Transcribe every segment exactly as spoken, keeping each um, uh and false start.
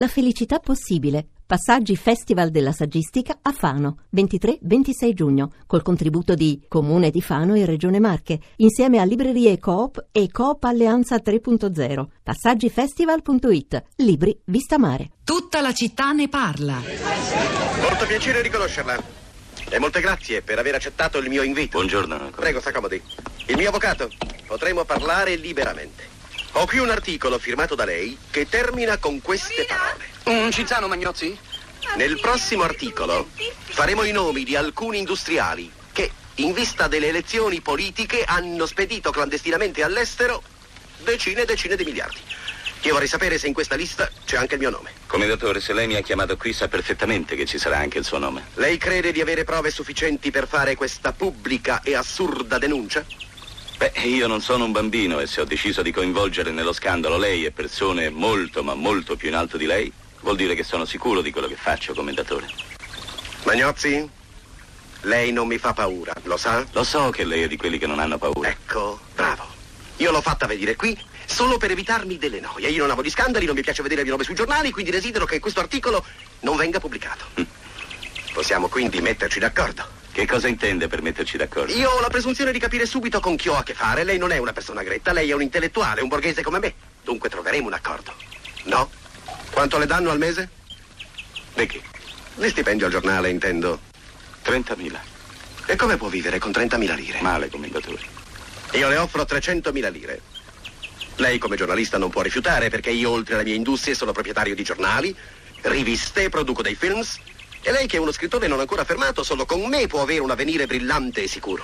La felicità possibile. Passaggi Festival della Saggistica a Fano, ventitré ventisei giugno, col contributo di Comune di Fano e Regione Marche, insieme a Librerie Coop e Coop Alleanza tre punto zero. Passaggifestival punto it. Libri vista mare. Tutta la città ne parla. Molto piacere riconoscerla. E molte grazie per aver accettato il mio invito. Buongiorno. Prego, s'accomodi. Il mio avvocato. Potremo parlare liberamente. Ho qui un articolo firmato da lei che termina con queste parole. Un Cinzano, Magnozzi? Nel prossimo articolo faremo i nomi di alcuni industriali che, in vista delle elezioni politiche, hanno spedito clandestinamente all'estero decine e decine di miliardi. Io vorrei sapere se in questa lista c'è anche il mio nome. Commendatore, se lei mi ha chiamato qui sa perfettamente che ci sarà anche il suo nome. Lei crede di avere prove sufficienti per fare questa pubblica e assurda denuncia? Beh, io non sono un bambino e se ho deciso di coinvolgere nello scandalo lei e persone molto ma molto più in alto di lei, vuol dire che sono sicuro di quello che faccio, commendatore. Magnozzi, lei non mi fa paura, lo sa? Lo so che lei è di quelli che non hanno paura. Ecco, bravo. Io l'ho fatta venire qui solo per evitarmi delle noie. Io non amo gli scandali, non mi piace vedere il mio nome sui giornali, quindi desidero che questo articolo non venga pubblicato. Mm. Possiamo quindi metterci d'accordo. Che cosa intende per metterci d'accordo? Io ho la presunzione di capire subito con chi ho a che fare. Lei non è una persona gretta, lei è un intellettuale, un borghese come me. Dunque troveremo un accordo. No? Quanto le danno al mese? Di che? Di stipendio al giornale, intendo. trentamila. E come può vivere con trentamila lire? Male, commendatore. Io le offro trecentomila lire. Lei come giornalista non può rifiutare, perché io oltre alle mie industrie sono proprietario di giornali, riviste, produco dei films. E lei che è uno scrittore non ancora affermato, solo con me può avere un avvenire brillante e sicuro.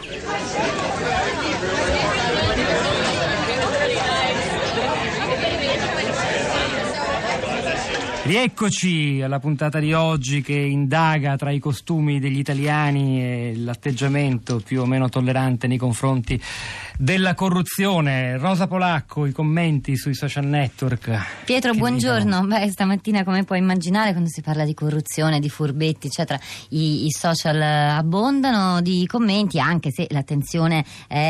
Rieccoci alla puntata di oggi che indaga tra i costumi degli italiani e l'atteggiamento più o meno tollerante nei confronti della corruzione. Rosa Polacco, i commenti sui social network. Pietro, che buongiorno. Beh, stamattina, come puoi immaginare, quando si parla di corruzione, di furbetti, eccetera, i, i social abbondano di commenti, anche se l'attenzione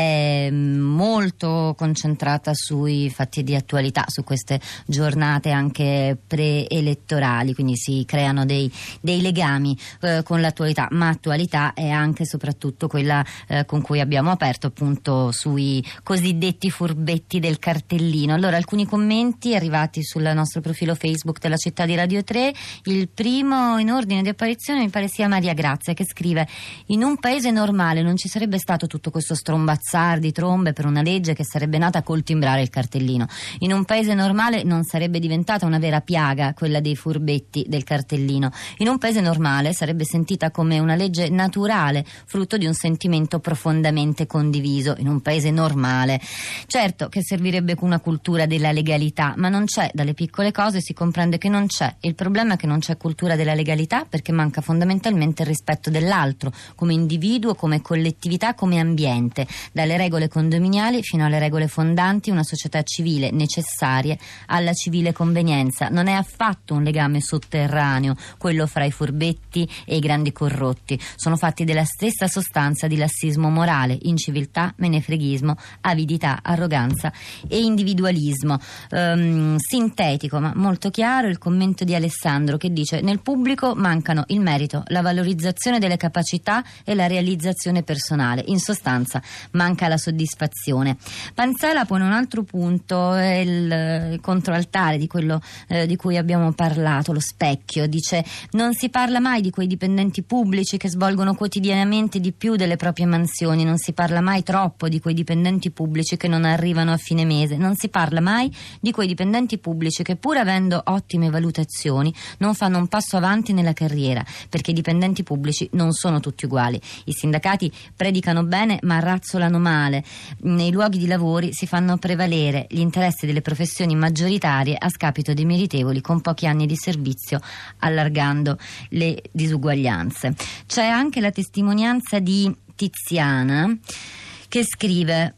è molto concentrata sui fatti di attualità, su queste giornate anche preelettorali, quindi si creano dei, dei legami eh, con l'attualità, ma attualità è anche e soprattutto quella eh, con cui abbiamo aperto, appunto, sui cosiddetti furbetti del cartellino. Allora, alcuni commenti arrivati sul nostro profilo Facebook della città di Radio tre. Il primo in ordine di apparizione mi pare sia Maria Grazia, che scrive: in un paese normale non ci sarebbe stato tutto questo strombazzar di trombe per una legge che sarebbe nata col timbrare il cartellino. In un paese normale non sarebbe diventata una vera piaga quella dei furbetti del cartellino. In un paese normale sarebbe sentita come una legge naturale, frutto di un sentimento profondamente condiviso. In un paese normale, certo che servirebbe una cultura della legalità, ma non c'è. Dalle piccole cose si comprende che non c'è. Il problema è che non c'è cultura della legalità perché manca fondamentalmente il rispetto dell'altro come individuo, come collettività, come ambiente, dalle regole condominiali fino alle regole fondanti una società civile necessarie alla civile convenienza. Non è affatto un legame sotterraneo quello fra i furbetti e i grandi corrotti. Sono fatti della stessa sostanza di lassismo morale, inciviltà, menefreghismo, avidità, arroganza e individualismo. Um, sintetico ma molto chiaro il commento di Alessandro, che dice: nel pubblico mancano il merito, la valorizzazione delle capacità e la realizzazione personale. In sostanza manca la soddisfazione. Panzella pone un altro punto, il, il controaltare di quello eh, di cui abbiamo parlato, lo specchio. Dice: non si parla mai di quei dipendenti pubblici che svolgono quotidianamente di più delle proprie mansioni, non si parla mai troppo di quei dipendenti pubblici che non arrivano a fine mese, non si parla mai di quei dipendenti pubblici che, pur avendo ottime valutazioni, non fanno un passo avanti nella carriera, perché i dipendenti pubblici non sono tutti uguali. I sindacati predicano bene ma razzolano male. Nei luoghi di lavori si fanno prevalere gli interessi delle professioni maggioritarie a scapito dei meritevoli con pochi anni di servizio, allargando le disuguaglianze. C'è anche la testimonianza di Tiziana, che scrive: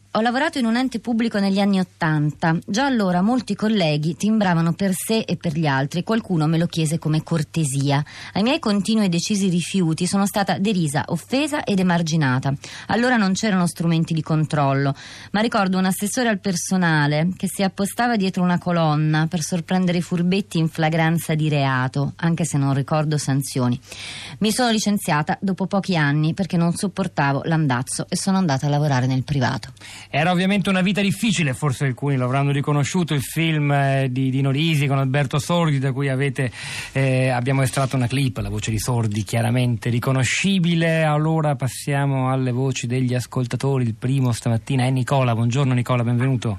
Ho lavorato in un ente pubblico negli anni Ottanta. Già allora molti colleghi timbravano per sé e per gli altri. Qualcuno me lo chiese come cortesia. Ai miei continui e decisi rifiuti sono stata derisa, offesa ed emarginata. Allora non c'erano strumenti di controllo, ma ricordo un assessore al personale che si appostava dietro una colonna per sorprendere i furbetti in flagranza di reato, anche se non ricordo sanzioni. Mi sono licenziata dopo pochi anni perché non sopportavo l'andazzo e sono andata a lavorare nel privato. Era ovviamente una vita difficile, forse alcuni lo avranno riconosciuto, il film eh, di Dino Risi con Alberto Sordi, da cui avete eh, abbiamo estratto una clip, la voce di Sordi chiaramente riconoscibile. Allora passiamo alle voci degli ascoltatori. Il primo stamattina è Nicola. Buongiorno Nicola, benvenuto.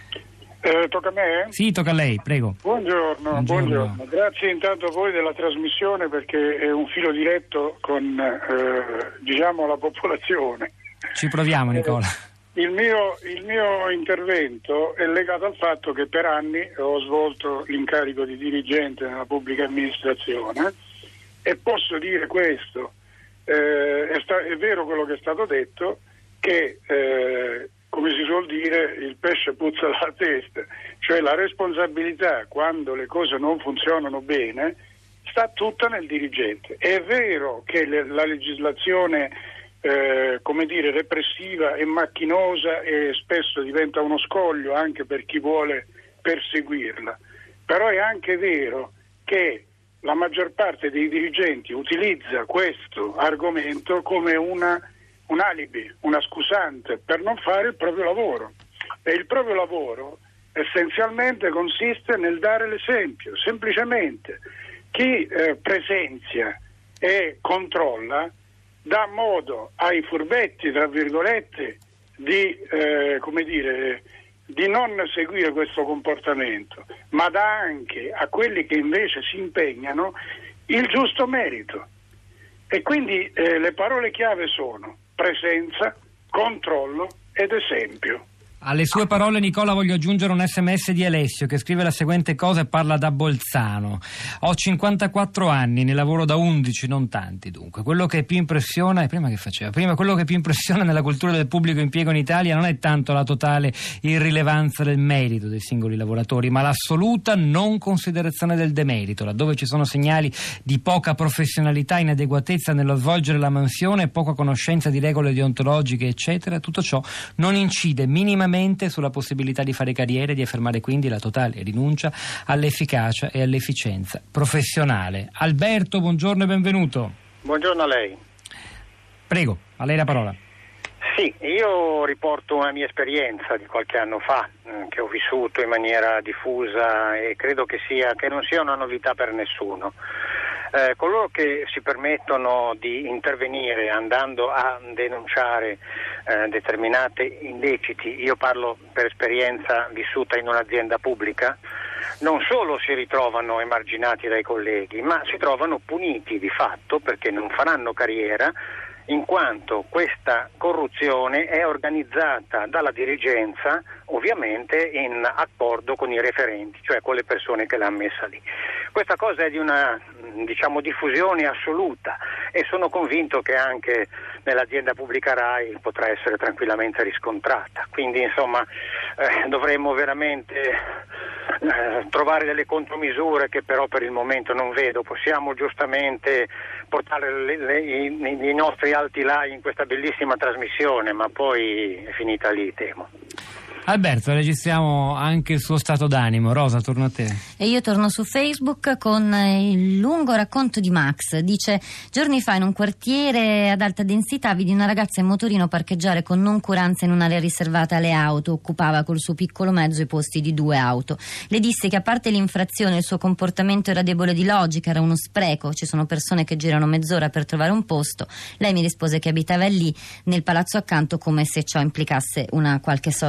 Eh, tocca a me? Sì, tocca a lei, prego. Buongiorno, buongiorno, buongiorno. Grazie intanto a voi della trasmissione, perché è un filo diretto con eh, diciamo la popolazione. Ci proviamo Nicola. Eh, il, mio, il mio intervento è legato al fatto che per anni ho svolto l'incarico di dirigente nella pubblica amministrazione e posso dire questo, eh, è, sta- è vero quello che è stato detto, che eh, come si suol dire, il pesce puzza dalla testa, cioè la responsabilità quando le cose non funzionano bene sta tutta nel dirigente. È vero che le, la legislazione eh, come dire repressiva è macchinosa e spesso diventa uno scoglio anche per chi vuole perseguirla, però è anche vero che la maggior parte dei dirigenti utilizza questo argomento come una un alibi, una scusante per non fare il proprio lavoro. E il proprio lavoro essenzialmente consiste nel dare l'esempio. Semplicemente chi eh, presenzia e controlla dà modo ai furbetti, tra virgolette, di eh, come dire di non seguire questo comportamento, ma dà anche a quelli che invece si impegnano il giusto merito. E quindi eh, le parole chiave sono presenza, controllo ed esempio. Alle sue parole Nicola voglio aggiungere un sms di Alessio che scrive la seguente cosa e parla da Bolzano. Ho cinquantaquattro anni, ne lavoro da undici, non tanti dunque. Quello che più impressiona, prima che faceva, prima quello che più impressiona nella cultura del pubblico impiego in Italia non è tanto la totale irrilevanza del merito dei singoli lavoratori, ma l'assoluta non considerazione del demerito, laddove ci sono segnali di poca professionalità, inadeguatezza nello svolgere la mansione, poca conoscenza di regole deontologiche, eccetera. Tutto ciò non incide minimamente sulla possibilità di fare carriera e di affermare quindi la totale rinuncia all'efficacia e all'efficienza professionale. Alberto, buongiorno e benvenuto. Buongiorno a lei. Prego, a lei la parola. Sì, io riporto una mia esperienza di qualche anno fa, eh, che ho vissuto in maniera diffusa e credo che sia che non sia una novità per nessuno. Eh, coloro che si permettono di intervenire andando a denunciare eh, determinate illeciti, io parlo per esperienza vissuta in un'azienda pubblica, non solo si ritrovano emarginati dai colleghi, ma si trovano puniti di fatto perché non faranno carriera, in quanto questa corruzione è organizzata dalla dirigenza ovviamente in accordo con i referenti, cioè con le persone che l'hanno messa lì. Questa cosa è di una diciamo diffusione assoluta e sono convinto che anche nell'azienda pubblica RAI potrà essere tranquillamente riscontrata. Quindi insomma eh, dovremmo veramente eh, trovare delle contromisure che però per il momento non vedo. Possiamo giustamente portare le, le, i, i nostri alti là in questa bellissima trasmissione, ma poi è finita lì, temo. Alberto, registriamo anche il suo stato d'animo. Rosa, torno a te. E io torno su Facebook con il lungo racconto di Max. Dice: giorni fa in un quartiere ad alta densità vidi una ragazza in motorino parcheggiare con noncuranza in un'area riservata alle auto. Occupava col suo piccolo mezzo i posti di due auto. Le disse che a parte l'infrazione il suo comportamento era debole di logica, era uno spreco, ci sono persone che girano mezz'ora per trovare un posto. Lei mi rispose che abitava lì nel palazzo accanto, come se ciò implicasse una qualche sorta di diritto.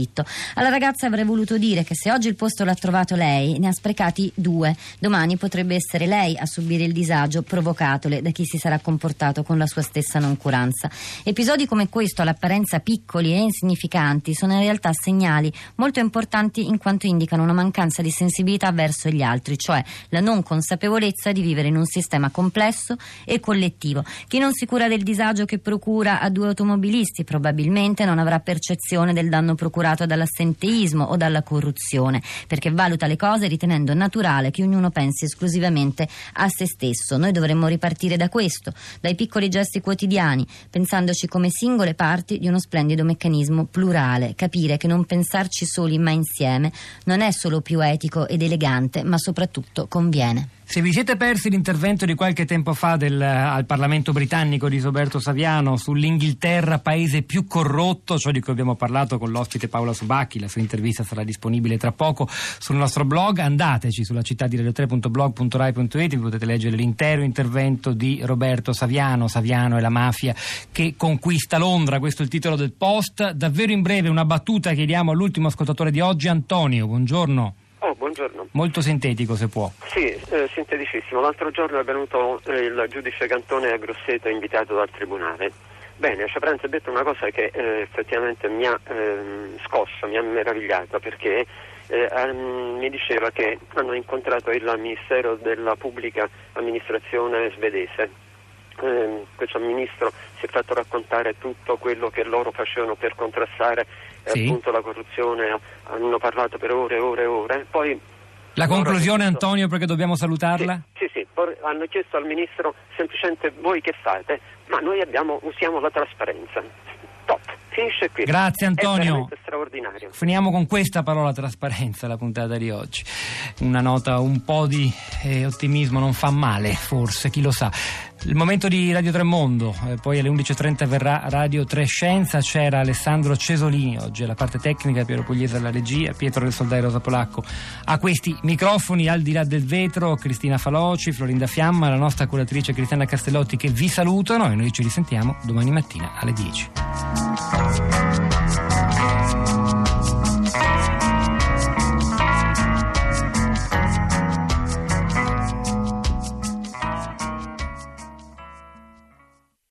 diritto. Alla ragazza avrei voluto dire che se oggi il posto l'ha trovato lei, ne ha sprecati due. Domani potrebbe essere lei a subire il disagio provocatole da chi si sarà comportato con la sua stessa noncuranza. Episodi come questo, all'apparenza piccoli e insignificanti, sono in realtà segnali molto importanti in quanto indicano una mancanza di sensibilità verso gli altri, cioè la non consapevolezza di vivere in un sistema complesso e collettivo. Chi non si cura del disagio che procura a due automobilisti probabilmente non avrà percezione del danno procurato dall'assenteismo o dalla corruzione, perché valuta le cose ritenendo naturale che ognuno pensi esclusivamente a se stesso. Noi dovremmo ripartire da questo, dai piccoli gesti quotidiani, pensandoci come singole parti di uno splendido meccanismo plurale, capire che non pensarci soli ma insieme non è solo più etico ed elegante, ma soprattutto conviene. Se vi siete persi l'intervento di qualche tempo fa del, al Parlamento britannico di Roberto Saviano sull'Inghilterra paese più corrotto, ciò di cui abbiamo parlato con l'ospite Paola Subacchi, la sua intervista sarà disponibile tra poco sul nostro blog, andateci sulla città di radio tre punto blog punto rai punto it, vi potete leggere l'intero intervento di Roberto Saviano, Saviano e la mafia che conquista Londra, questo è il titolo del post. Davvero in breve una battuta chiediamo all'ultimo ascoltatore di oggi, Antonio, buongiorno. Oh, buongiorno. Molto sintetico se può. Sì, eh, sinteticissimo. L'altro giorno è venuto eh, il giudice Cantone a Grosseto invitato dal tribunale. Bene, Ciapranzi ha detto una cosa che eh, effettivamente mi ha eh, scosso, mi ha meravigliato, perché eh, um, mi diceva che hanno incontrato il Ministero della Pubblica Amministrazione svedese. Eh, questo ministro si è fatto raccontare tutto quello che loro facevano per contrastare eh, sì. appunto la corruzione, hanno parlato per ore e ore e ore. Poi la conclusione, chiesto... Antonio, perché dobbiamo salutarla? Sì, sì, sì. Poi hanno chiesto al ministro semplicemente voi che fate, ma noi abbiamo, usiamo la trasparenza. Top, finisce qui. Grazie Antonio. È straordinario. Finiamo con questa parola trasparenza la puntata di oggi. Una nota, un po' di eh, ottimismo non fa male, forse, chi lo sa. Il momento di Radio tre Mondo, eh, poi alle undici e trenta verrà Radio tre Scienza. C'era Alessandro Cesolini oggi alla parte tecnica, Piero Pugliese alla regia, Pietro del Soldai, Rosa Polacco a questi microfoni, al di là del vetro Cristina Faloci, Florinda Fiamma, la nostra curatrice Cristiana Castellotti che vi salutano e noi ci risentiamo domani mattina alle dieci.